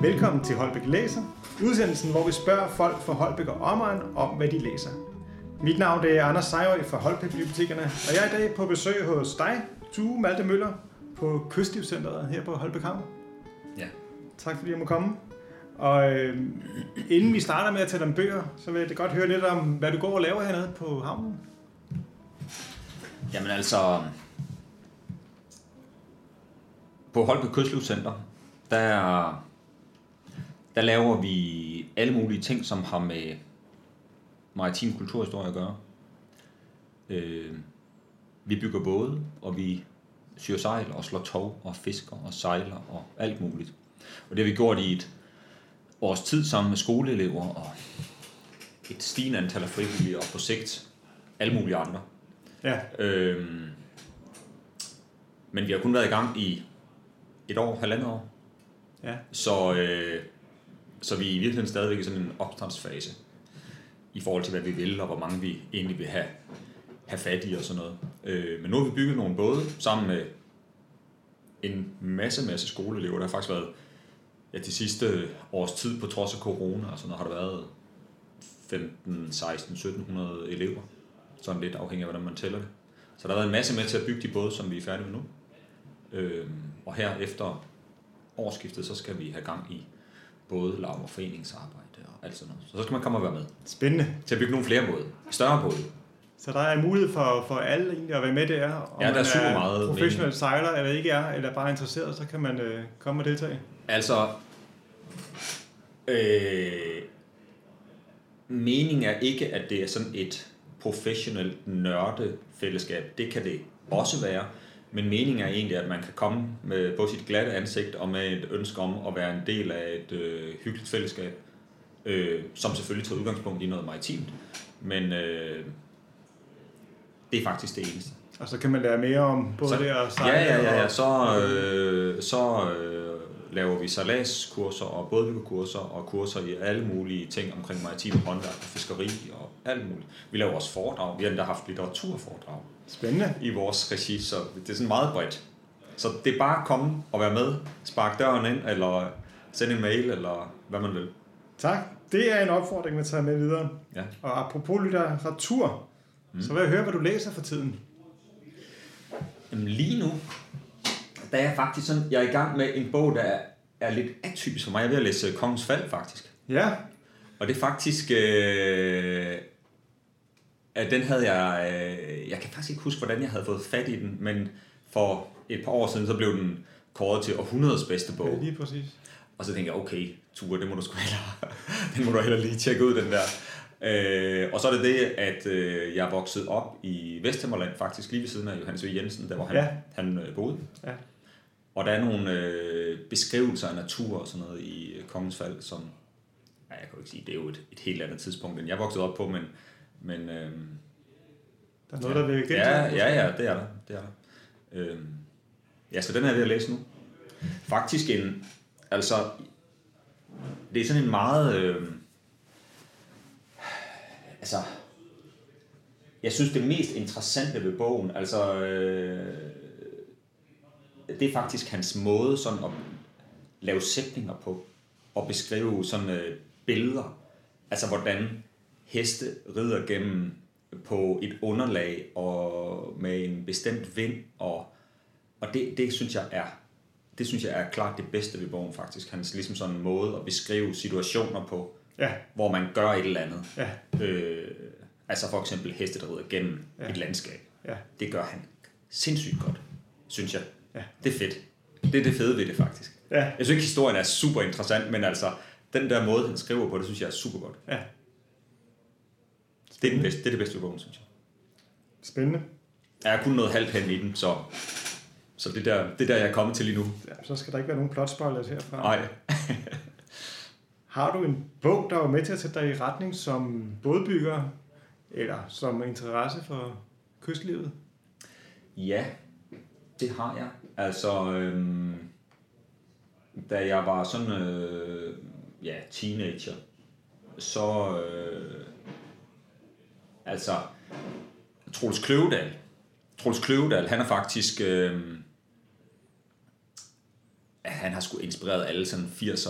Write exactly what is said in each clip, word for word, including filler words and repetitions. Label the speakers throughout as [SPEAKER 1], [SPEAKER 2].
[SPEAKER 1] Velkommen til Holbæk Læser, udsendelsen, hvor vi spørger folk fra Holbæk og omegn om, hvad de læser. Mit navn det er Anders Sejrøj fra Holbæk Bibliotekerne, og jeg er i dag på besøg hos dig, Tue Malte Møller, på Kystlivscenteret her på Holbæk Havn.
[SPEAKER 2] Ja.
[SPEAKER 1] Tak fordi jeg må komme. Og øh, inden vi starter med at tale om bøger, så vil jeg godt høre lidt om, hvad du går og laver hernede på havnen.
[SPEAKER 2] Jamen altså, på Holbæk Kystlivscenter, der, der laver vi alle mulige ting, som har med maritim kulturhistorie at gøre. Øh, vi bygger både, og vi syr sejl og slår tov og fisker og sejler og alt muligt. Og det har vi gjort i et års tid sammen med skoleelever og et stigende antal af frivillige og på sigt alle mulige andre.
[SPEAKER 1] Ja.
[SPEAKER 2] Øhm, men vi har kun været i gang i et år, halvandet år.
[SPEAKER 1] Ja.
[SPEAKER 2] Så, øh, så vi er i virkeligheden stadigvæk i sådan en opstartsfase i forhold til, hvad vi vil, og hvor mange vi egentlig vil have, have fat i og sådan noget. Øh, men nu har vi bygget nogle både sammen med en masse, masse skoleelever. Der har faktisk været ja, de sidste års tid på trods af corona, og sådan noget, har der været femten, seksten, sytten hundrede elever. Sådan lidt afhængig af, hvordan man tæller det. Så der har været en masse med til at bygge de både, som vi er færdige med nu. Øhm, og her efter årsskiftet, så skal vi have gang i både lav- og foreningsarbejde og alt sådan noget. Så så skal man komme og være med.
[SPEAKER 1] Spændende.
[SPEAKER 2] Til at bygge nogle flere både. Større både.
[SPEAKER 1] Så der er mulighed for, for alle egentlig at være med der. Om
[SPEAKER 2] ja, der er super
[SPEAKER 1] er
[SPEAKER 2] meget.
[SPEAKER 1] professionel sejler eller ikke er, eller bare interesseret, så kan man øh, komme og deltage.
[SPEAKER 2] Altså, øh, meningen er ikke, at det er sådan et professionelt nørdefællesskab. Det kan det også være. Men meningen er egentlig, at man kan komme med på sit glatte ansigt og med et ønske om at være en del af et øh, hyggeligt fællesskab, øh, som selvfølgelig tager udgangspunkt i noget maritimt. Men øh, det er faktisk det eneste.
[SPEAKER 1] Og så kan man lære mere om både
[SPEAKER 2] så,
[SPEAKER 1] det og sejle.
[SPEAKER 2] Ja, ja, ja, ja. Så, øh, så øh, laver vi sejladskurser og bådbyggerkurser og kurser i alle mulige ting omkring maritime håndværk og fiskeri og alt muligt. Vi laver også foredrag. Vi har endda haft litteraturforedrag.
[SPEAKER 1] Spændende.
[SPEAKER 2] I vores regi, så det er sådan meget bredt. Så det er bare at komme og være med, sparke døren ind, eller sende en mail, eller hvad man vil.
[SPEAKER 1] Tak. Det er en opfordring, vi tager med videre.
[SPEAKER 2] Ja.
[SPEAKER 1] Og apropos litteratur, mm. så vil jeg høre, hvad du læser for tiden.
[SPEAKER 2] Jamen lige nu, der er jeg faktisk sådan, jeg er i gang med en bog, der er, er lidt atypisk for mig. Jeg er ved at læse Kongens Fald, faktisk.
[SPEAKER 1] Ja.
[SPEAKER 2] Og det er faktisk... Øh, at den havde jeg... Øh, jeg kan faktisk ikke huske, hvordan jeg havde fået fat i den, men for et par år siden, så blev den kåret til århundredets bedste bog.
[SPEAKER 1] Ja, lige præcis.
[SPEAKER 2] Og så tænkte jeg, okay, Ture, det må du sgu hellere, den må du hellere lige tjekke ud, den der. Øh, og så er det det, at øh, jeg er vokset op i Vesthimmerland, faktisk lige ved siden af Johannes V. Jensen, der hvor han,
[SPEAKER 1] ja.
[SPEAKER 2] han øh, boede.
[SPEAKER 1] Ja.
[SPEAKER 2] Og der er nogle øh, beskrivelser af natur og sådan noget i øh, Kongens Fald, som, ja, jeg kan jo ikke sige, det er jo et, et helt andet tidspunkt, end jeg voksede op på, men... men øh,
[SPEAKER 1] der er noget, ja. der vil gentage.
[SPEAKER 2] Ja, ja, ja, det er der. Det er der. Øh, ja, så den er jeg ved at læse nu. Faktisk en... Altså, det er sådan en meget... Øh, altså, jeg synes, det mest interessante ved bogen, altså, øh, det er faktisk hans måde sådan at lave sætninger på, og beskrive sådan øh, billeder. Altså, hvordan heste rider gennem på et underlag, og med en bestemt vind, og, og det, det synes jeg er... Det synes jeg er klart det bedste ved bogen, faktisk. Hans ligesom sådan en måde at beskrive situationer på,
[SPEAKER 1] ja.
[SPEAKER 2] hvor man gør et eller andet.
[SPEAKER 1] Ja.
[SPEAKER 2] Øh, altså for eksempel heste, der rider gennem ja. et landskab.
[SPEAKER 1] Ja.
[SPEAKER 2] Det gør han sindssygt godt, synes jeg.
[SPEAKER 1] Ja.
[SPEAKER 2] Det er fedt. Det er det fede ved det, faktisk.
[SPEAKER 1] Ja.
[SPEAKER 2] Jeg synes ikke, historien er super interessant, men altså, den der måde, han skriver på, det synes jeg er super godt.
[SPEAKER 1] Ja.
[SPEAKER 2] Det er, den bedste, det er det bedste ved bogen, synes jeg.
[SPEAKER 1] Spændende.
[SPEAKER 2] Jeg har kun noget halvt hen i den, så... Så det der, det der, jeg er kommet til lige nu.
[SPEAKER 1] Ja, så skal der ikke være nogen plot spoilers herfra.
[SPEAKER 2] Nej.
[SPEAKER 1] Har du en bog, der var med til at sætte dig i retning som bådbygger, eller som interesse for kystlivet?
[SPEAKER 2] Ja, det har jeg. Altså, øhm, da jeg var sådan, øh, ja, teenager, så, øh, altså, Troels Kløvedal, Troels Kløvedal, han er faktisk, øh, han har sgu inspireret alle sådan firser,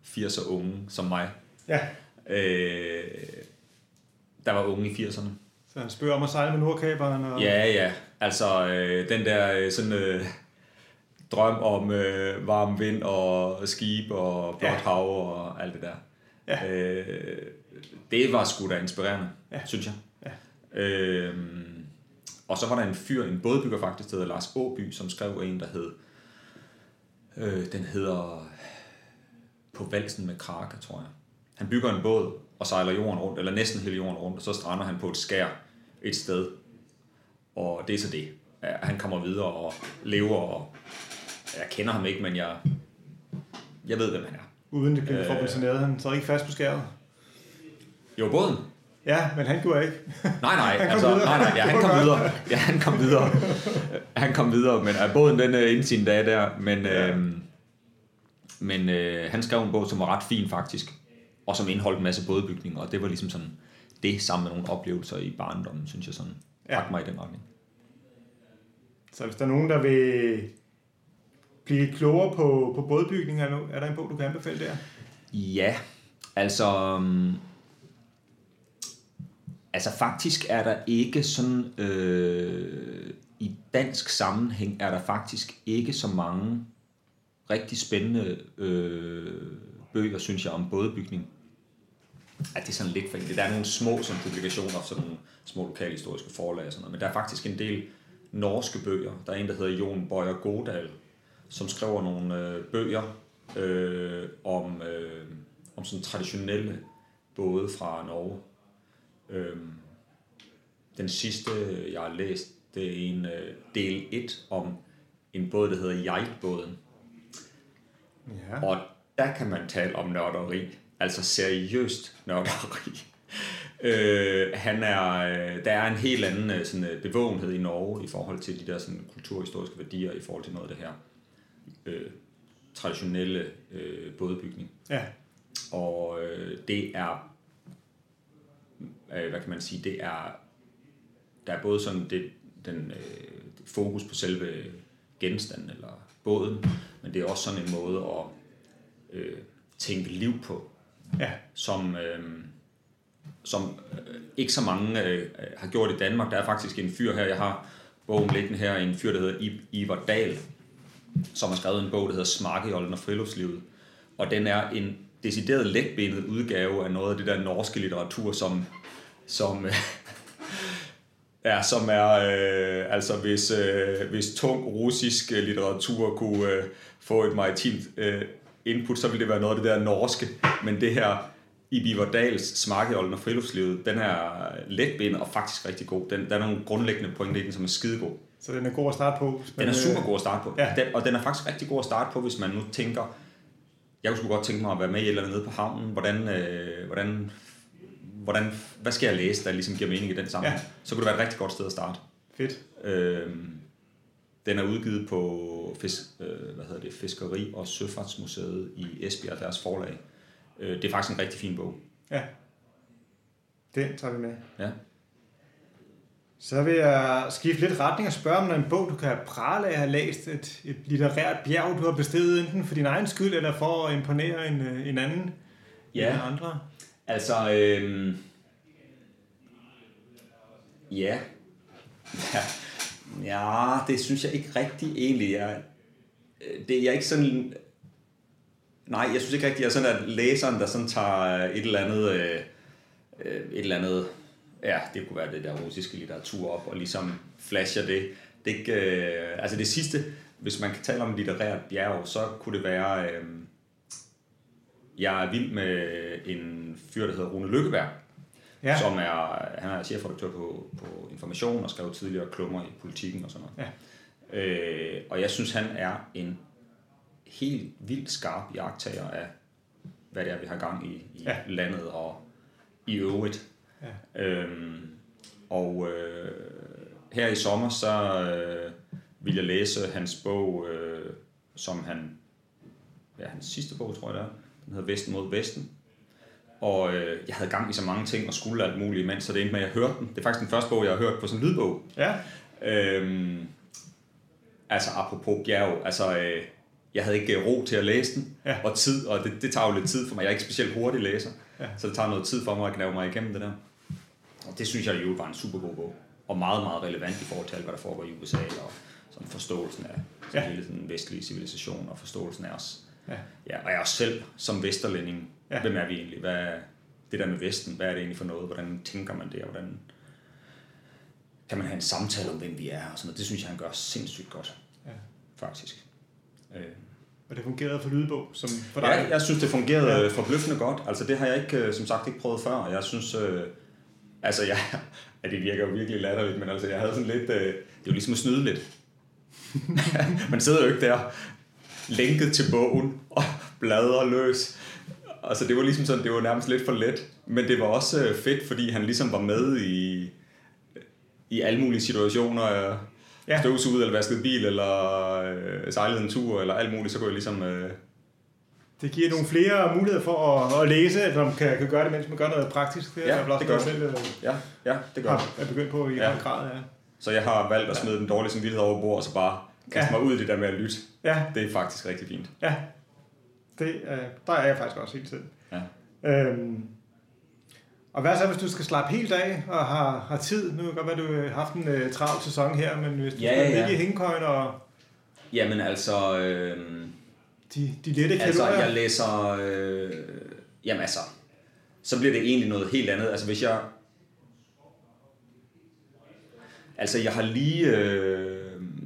[SPEAKER 2] firser unge som mig.
[SPEAKER 1] Ja.
[SPEAKER 2] Øh, der var unge i firserne.
[SPEAKER 1] Så han spørger om at sejle med Nordkaberen? Og...
[SPEAKER 2] Ja, ja. Altså, øh, den der sådan, øh, drøm om øh, varm vind og skib og blåt ja. hav og alt det der. Ja. Øh, det var sgu da inspirerende, ja. synes jeg. Ja. Øh, og så var der en fyr, en bådbygger faktisk, der hedder Lars Åby, som skrev en, der hed, øh, den hedder På valsen med Krake, tror jeg. Han bygger en båd og sejler jorden rundt, eller næsten hele jorden rundt, og så strander han på et skær et sted. Og det er så det. Han kommer videre og lever, og jeg kender ham ikke, men jeg, jeg ved, hvem han er.
[SPEAKER 1] Uden det blev proportioneret, han sad ikke fast på skæret?
[SPEAKER 2] Jo, båden.
[SPEAKER 1] Ja, men han gjorde ikke.
[SPEAKER 2] Nej, nej, altså, nej, nej, ja, han kom videre. Ja, han kom videre. Han kom videre, men uh, båden den uh, inden sin dag der, men, ja. øh, men øh, han skrev en bog, som var ret fin faktisk, og som indeholdt en masse bådbygninger, og det var ligesom sådan, det sammen med nogle oplevelser i barndommen, synes jeg sådan, ja. Ret mig i den retning.
[SPEAKER 1] Så hvis der er nogen, der vil blive klogere på, på bådbygning, er der en bog, du kan anbefale der?
[SPEAKER 2] Ja, altså... Um, altså faktisk er der ikke sådan... Øh, i dansk sammenhæng er der faktisk ikke så mange rigtig spændende øh, bøger, synes jeg, om bådbygning. At det er sådan lidt for det. Der er nogle små som publikationer, sådan nogle små lokalhistoriske forlag og sådan noget, men der er faktisk en del norske bøger. Der er en, der hedder Jon Bøjer Godal, som skriver nogle øh, bøger øh, om, øh, om sådan traditionelle både fra Norge. Øh, den sidste, jeg har læst, det er en øh, del et om en båd, der hedder Geitbåden. Ja. Og der kan man tale om nørderi. Altså seriøst nørderi. øh, han er, der er en helt anden sådan, bevågenhed i Norge i forhold til de der sådan, kulturhistoriske værdier, i forhold til noget af det her øh, traditionelle øh, bådbygning. Ja. Og øh, det er, øh, hvad kan man sige, det er, der er både sådan det, den øh, fokus på selve genstanden eller båden, men det er også sådan en måde at øh, tænke liv på. Ja. Som, øh, som øh, ikke så mange øh, har gjort i Danmark. Der er faktisk en fyr her, jeg har bogen liggende her, en fyr, der hedder I- Ivar Dahl, som har skrevet en bog, der hedder Smarkejolden og friluftslivet. Og den er en decideret letbenet udgave af noget af det der norske litteratur, som, som, øh, ja, som er, øh, altså hvis, øh, hvis tung russisk litteratur kunne øh, få et maritimt øh, input, så vil det være noget af det der norske, men det her Ivar Dahls Smarkejolden og friluftslivet, den er letbenet og faktisk rigtig god. Den, der er nogle grundlæggende pointer i den, som er skidegod.
[SPEAKER 1] Så den er god at starte på?
[SPEAKER 2] Den er super god at starte på. Ja. Den, og den er faktisk rigtig god at starte på, hvis man nu tænker, jeg kunne sgu godt tænke mig at være med i et eller andet nede på havnen. Hvordan, øh, hvordan, hvordan, hvad skal jeg læse, der ligesom giver mening i den sammenhæng? Ja. Så kunne det være et rigtig godt sted at starte.
[SPEAKER 1] Fedt.
[SPEAKER 2] Øhm, den er udgivet på fisk, øh, hvad hedder det, Fiskeri- og Søfartsmuseet i Esbjerg, deres forlag. Øh, det er faktisk en rigtig fin bog.
[SPEAKER 1] Ja, den tager vi med.
[SPEAKER 2] Ja.
[SPEAKER 1] Så vil jeg skifte lidt retning og spørge, om der er en bog, du kan prale af at have læst. Et, et litterært bjerg, du har besteget, enten for din egen skyld, eller for at imponere en, en anden
[SPEAKER 2] ja.
[SPEAKER 1] eller andre.
[SPEAKER 2] Altså, øh... ja. ja. Ja, det synes jeg ikke rigtig egentlig. Jeg, det er jeg ikke sådan... Nej, jeg synes ikke rigtig, jeg er sådan, at læseren, der sådan tager et eller andet... Øh, et eller andet... Ja, det kunne være det der russiske litteratur op, og ligesom flasher det. Det ikke... Øh, altså det sidste, hvis man kan tale om litterært bjerg, så kunne det være... Øh, jeg er vild med en fyr, der hedder Rune Lykkeberg, ja. som er, han er chefredaktør på, på Information og skrev tidligere klummer i Politikken og sådan noget. Ja. Øh, og jeg synes, han er en helt vildt skarp iagttager af, hvad det er, vi har gang i, i ja. landet og i øvrigt. Ja. Øhm, og øh, her i sommer, så øh, vil jeg læse hans bog, øh, som han, ja, hans sidste bog, tror jeg det er. Den hedder Vesten mod Vesten. Og øh, jeg havde gang i så mange ting og skulle alt muligt imens, så det endte med, at jeg hørte den. Det er faktisk den første bog, jeg har hørt på sådan en lydbog. Ja. Øhm, altså apropos bjerg, altså øh, jeg havde ikke ro til at læse den,
[SPEAKER 1] ja.
[SPEAKER 2] og tid, og det, det tager jo lidt tid for mig. Jeg er ikke specielt hurtig læser,
[SPEAKER 1] ja.
[SPEAKER 2] så det tager noget tid for mig at knæve mig igennem det der. Og det synes jeg jo var en super god bog, og meget, meget relevant i forhold til alt, hvad der foregår i U S A, og sådan forståelsen af ja. hele den vestlige civilisation, og forståelsen af os. Ja. Ja, og jeg også selv som vesterlænding, ja. hvem er vi egentlig? Hvad er det der med Vesten? Hvad er det egentlig for noget? Hvordan tænker man det? Og hvordan kan man have en samtale om, hvem vi er? Og sådan noget. Det synes jeg, han gør sindssygt godt, ja. faktisk. Øh.
[SPEAKER 1] Og det fungerede for lydbog, som for dig?
[SPEAKER 2] Ja, jeg synes, det fungerede ja. forbløffende godt. Altså, det har jeg ikke, som sagt, ikke prøvet før. Jeg synes, øh, altså, jeg, ja, det virker jo virkelig latterligt, men altså, jeg havde sådan lidt, øh, det er jo ligesom at snyde lidt. Man sidder jo ikke der, lænket til bogen og bladrer løs. Altså, det var ligesom sådan, det var nærmest lidt for let. Men det var også fedt, fordi han ligesom var med i, i alle mulige situationer. Ja. Støvsuget eller vasket bil, eller øh, sejlet en tur, eller alt muligt, så kunne jeg ligesom... Øh...
[SPEAKER 1] Det giver nogle flere muligheder for at, at læse, at man kan, kan gøre det, mens man gør noget praktisk. Det,
[SPEAKER 2] ja, det gør
[SPEAKER 1] selv,
[SPEAKER 2] ja, ja, det gør
[SPEAKER 1] jeg. Jeg begyndt på i
[SPEAKER 2] ja.
[SPEAKER 1] en grad, ja.
[SPEAKER 2] Så jeg har valgt at smide ja. den dårlige samvittighed over bord, og så bare kaste ja. mig ud i det der med at lytte.
[SPEAKER 1] Ja.
[SPEAKER 2] Det er faktisk rigtig fint.
[SPEAKER 1] Ja, det, øh, der er jeg faktisk også hele tiden. Ja. Øhm, og hvad så, hvis du skal slappe helt af og har, har tid? Nu kan godt være, at du har haft en uh, travl sæson her, men hvis du
[SPEAKER 2] ja,
[SPEAKER 1] skal
[SPEAKER 2] ja.
[SPEAKER 1] ligge i hængekøjen og...
[SPEAKER 2] Jamen altså... Øh...
[SPEAKER 1] De, de lette kalorier?
[SPEAKER 2] Altså, jeg læser... Øh... Jamen altså... Så bliver det egentlig noget helt andet. Altså, hvis jeg... Altså, jeg har lige... Øh...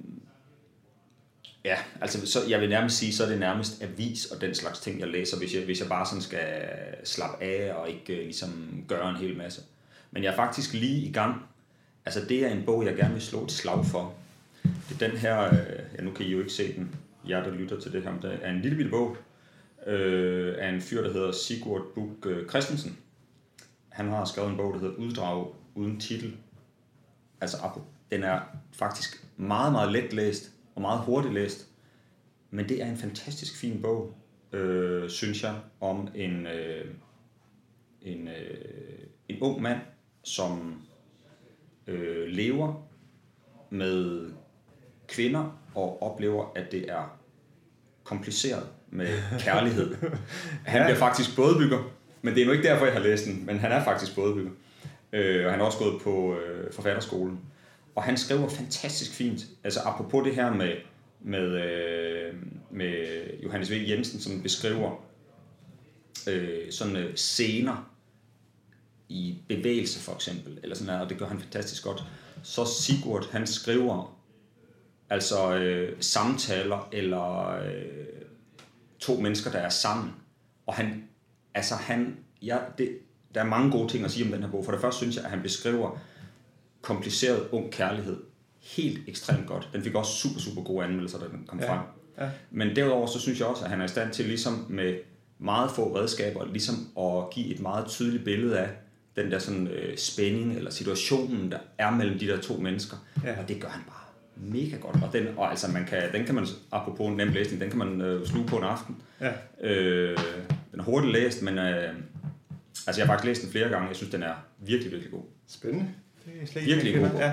[SPEAKER 2] Ja, altså, så jeg vil nærmest sige, så er det nærmest avis og den slags ting, jeg læser, hvis jeg, hvis jeg bare sådan skal slappe af og ikke uh, ligesom gøre en hel masse. Men jeg er faktisk lige i gang. Altså, det er en bog, jeg gerne vil slå et slag for. Det er den her, uh, ja, nu kan I jo ikke se den, jer der lytter til det her, men det er en lille bitte bog uh, af en fyr, der hedder Sigurd Buch Christensen. Han har skrevet en bog, der hedder Uddrag uden titel. Altså, den er faktisk meget, meget let læst og meget hurtigt læst, men det er en fantastisk fin bog, øh, synes jeg, om en, øh, en, øh, en ung mand, som øh, lever med kvinder og oplever, at det er kompliceret med kærlighed. Han bliver faktisk bådbygger, men det er nu ikke derfor, jeg har læst den, men han er faktisk bådbygger, øh, og han har også gået på øh, forfatterskolen. Og han skriver fantastisk fint, altså apropos det her med, med, øh, med Johannes V. Jensen, som beskriver øh, sådan øh, scener i bevægelse for eksempel, eller sådan noget, og det gør han fantastisk godt. Så Sigurd, han skriver altså øh, samtaler eller øh, to mennesker, der er sammen, og han, altså han, ja, det, der er mange gode ting at sige om den her bog. For det første synes jeg, at han beskriver kompliceret ung kærlighed helt ekstremt godt. Den fik også super, super gode anmeldelser, da den kom ja, frem. Ja. Men derudover så synes jeg også, at han er i stand til ligesom med meget få redskaber, ligesom at give et meget tydeligt billede af den der sådan øh, spænding eller situationen, der er mellem de der to mennesker. Ja. Og det gør han bare mega godt. Og den, og altså man kan, den kan man, apropos en nem læsning, den kan man øh, sluge på en aften. Ja. Øh, den er hurtigt læst, men øh, altså jeg har faktisk læst den flere gange. Jeg synes, den er virkelig, virkelig god.
[SPEAKER 1] Spændende. Det er slet
[SPEAKER 2] virkelig god.
[SPEAKER 1] Ja.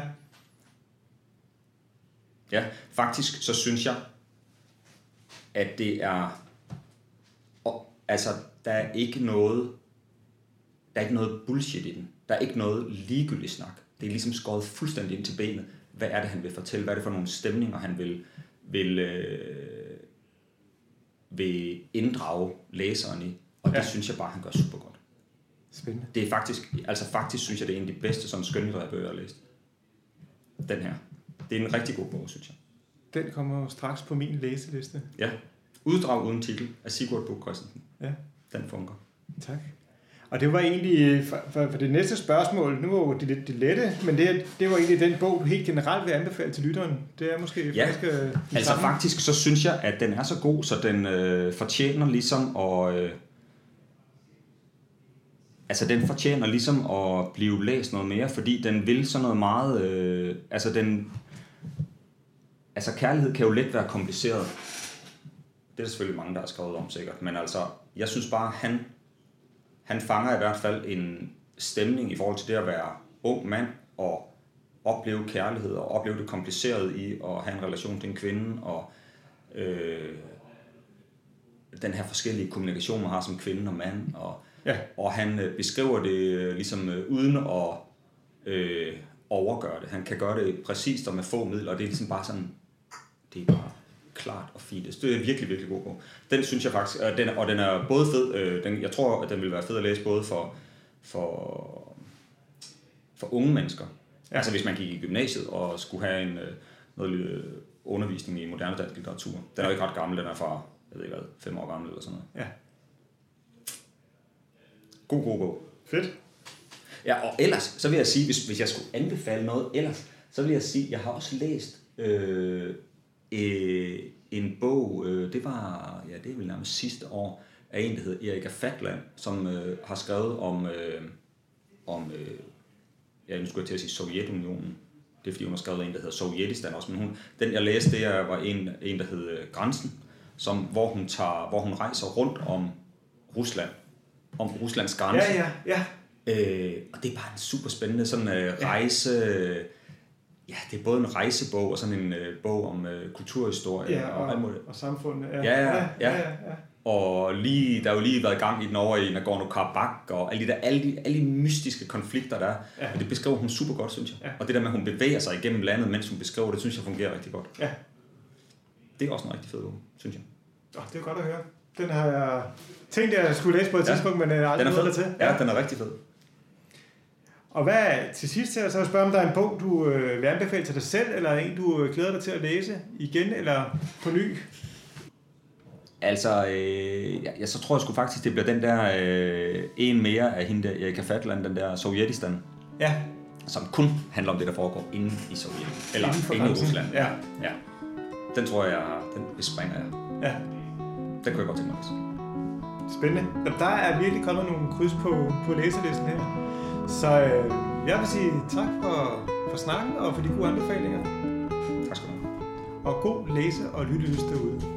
[SPEAKER 2] Ja, faktisk så synes jeg, at det er, og, altså der er ikke noget, der er ikke noget bullshit i den. Der er ikke noget ligegyldigt snak. Det er ligesom skåret fuldstændig ind til benet. Hvad er det, han vil fortælle? Hvad er det for nogle stemninger, han vil, vil, øh, vil inddrage læseren i? Og det ja. synes jeg bare, han gør super godt.
[SPEAKER 1] Spændende.
[SPEAKER 2] Det er faktisk, altså faktisk synes jeg, det er en af de bedste sådan skønlitterære bøger, jeg har læst. Den her. Det er en rigtig god bog, synes jeg.
[SPEAKER 1] Den kommer straks på min læseliste.
[SPEAKER 2] Ja. Uddrag uden titel af Sigurd Buch Christensen.
[SPEAKER 1] Ja.
[SPEAKER 2] Den fungerer.
[SPEAKER 1] Tak. Og det var egentlig, for, for, for det næste spørgsmål, nu var jo det lidt det lette, men det, det var egentlig den bog, du helt generelt vil anbefale til lytteren. Det er måske
[SPEAKER 2] ja.
[SPEAKER 1] faktisk... Øh,
[SPEAKER 2] altså sammen. Faktisk så synes jeg, at den er så god, så den øh, fortjener ligesom at... Øh, altså den fortjener ligesom at blive læst noget mere, fordi den vil sådan noget meget... Øh, altså den... Altså kærlighed kan jo let være kompliceret. Det er der selvfølgelig mange, der har skrevet om sikkert, men altså, jeg synes bare, han... Han fanger i hvert fald en stemning i forhold til det at være ung mand og opleve kærlighed og opleve det komplicerede i at have en relation til en kvinde og øh, den her forskellige kommunikation, man har som kvinde og mand, og,
[SPEAKER 1] ja.
[SPEAKER 2] og han øh, beskriver det øh, ligesom øh, uden at øh, overgøre det. Han kan gøre det præcist og med få midler, og det er ligesom bare sådan, det er bare klart og fint. Det er virkelig, virkelig god bog. Den synes jeg faktisk, og den, og den er både fed, øh, den, jeg tror, at den vil være fed at læse både for, for, for unge mennesker. Ja. Altså hvis man gik i gymnasiet og skulle have en, noget øh, undervisning i moderne dansk litteratur. Den er jo ikke ret gammel, den er fra, jeg ved ikke hvad, fem år gammel eller sådan noget.
[SPEAKER 1] Ja.
[SPEAKER 2] God, god bog.
[SPEAKER 1] Fedt.
[SPEAKER 2] Ja, og ellers, så vil jeg sige, hvis, hvis jeg skulle anbefale noget ellers, så vil jeg sige, jeg har også læst øh, øh, en bog, øh, det var, ja, det er vel nærmest sidste år, af en, der hedder Erika Fatland, som øh, har skrevet om, øh, om øh, ja, nu skulle jeg til at sige Sovjetunionen. Det er fordi, hun har skrevet en, der hedder Sovjetistan også, men hun, den jeg læste, det var en, en der hed Grænsen, som, hvor, hun tager, hvor hun rejser rundt om Rusland, om Ruslands grænse.
[SPEAKER 1] Ja, ja, ja.
[SPEAKER 2] Øh, og det er bare en super spændende sådan øh, rejse. Ja. ja, det er både en rejsebog og sådan en øh, bog om øh, kulturhistorie
[SPEAKER 1] ja, og, og, og samfundet. Ja.
[SPEAKER 2] Ja, ja, ja, ja.
[SPEAKER 1] ja, ja, ja.
[SPEAKER 2] Og lige, der er jo lige været i gang i den over i Nagorno-Karabakh og alle de, der, alle, de, alle de mystiske konflikter der. Ja. Og det beskriver hun super godt, synes jeg. Ja. Og det der med, at hun bevæger sig igennem landet, mens hun beskriver det, synes jeg fungerer rigtig godt.
[SPEAKER 1] Ja.
[SPEAKER 2] Det er også en rigtig fed bog, synes jeg.
[SPEAKER 1] Oh, det er godt at høre. Den har jeg tænkt, at jeg skulle læse på et ja. tidspunkt, men jeg har aldrig nået til.
[SPEAKER 2] Ja. ja, den er rigtig fed.
[SPEAKER 1] Og hvad til sidst til, så vil jeg spørge, om der er en bog, du øh, vil anbefale til dig selv, eller en, du glæder dig til at læse igen, eller på ny?
[SPEAKER 2] Altså, øh, ja, så tror jeg sgu faktisk, det bliver den der øh, en mere af hende der, Erika Fatland, den der Sovjetistan.
[SPEAKER 1] Ja.
[SPEAKER 2] Som kun handler om det, der foregår inde i Sovjet. Eller inde i Rusland.
[SPEAKER 1] Ja.
[SPEAKER 2] ja. Den tror jeg, den bespringer jeg.
[SPEAKER 1] Ja.
[SPEAKER 2] Den kunne jeg godt tænke mig.
[SPEAKER 1] Spændende. Der er virkelig kommet nogle kryds på, på læselisten her. Så øh, jeg vil sige tak for, for snakken og for de gode anbefalinger.
[SPEAKER 2] Tak skal du have.
[SPEAKER 1] Og god læse- og lyttelyst derude.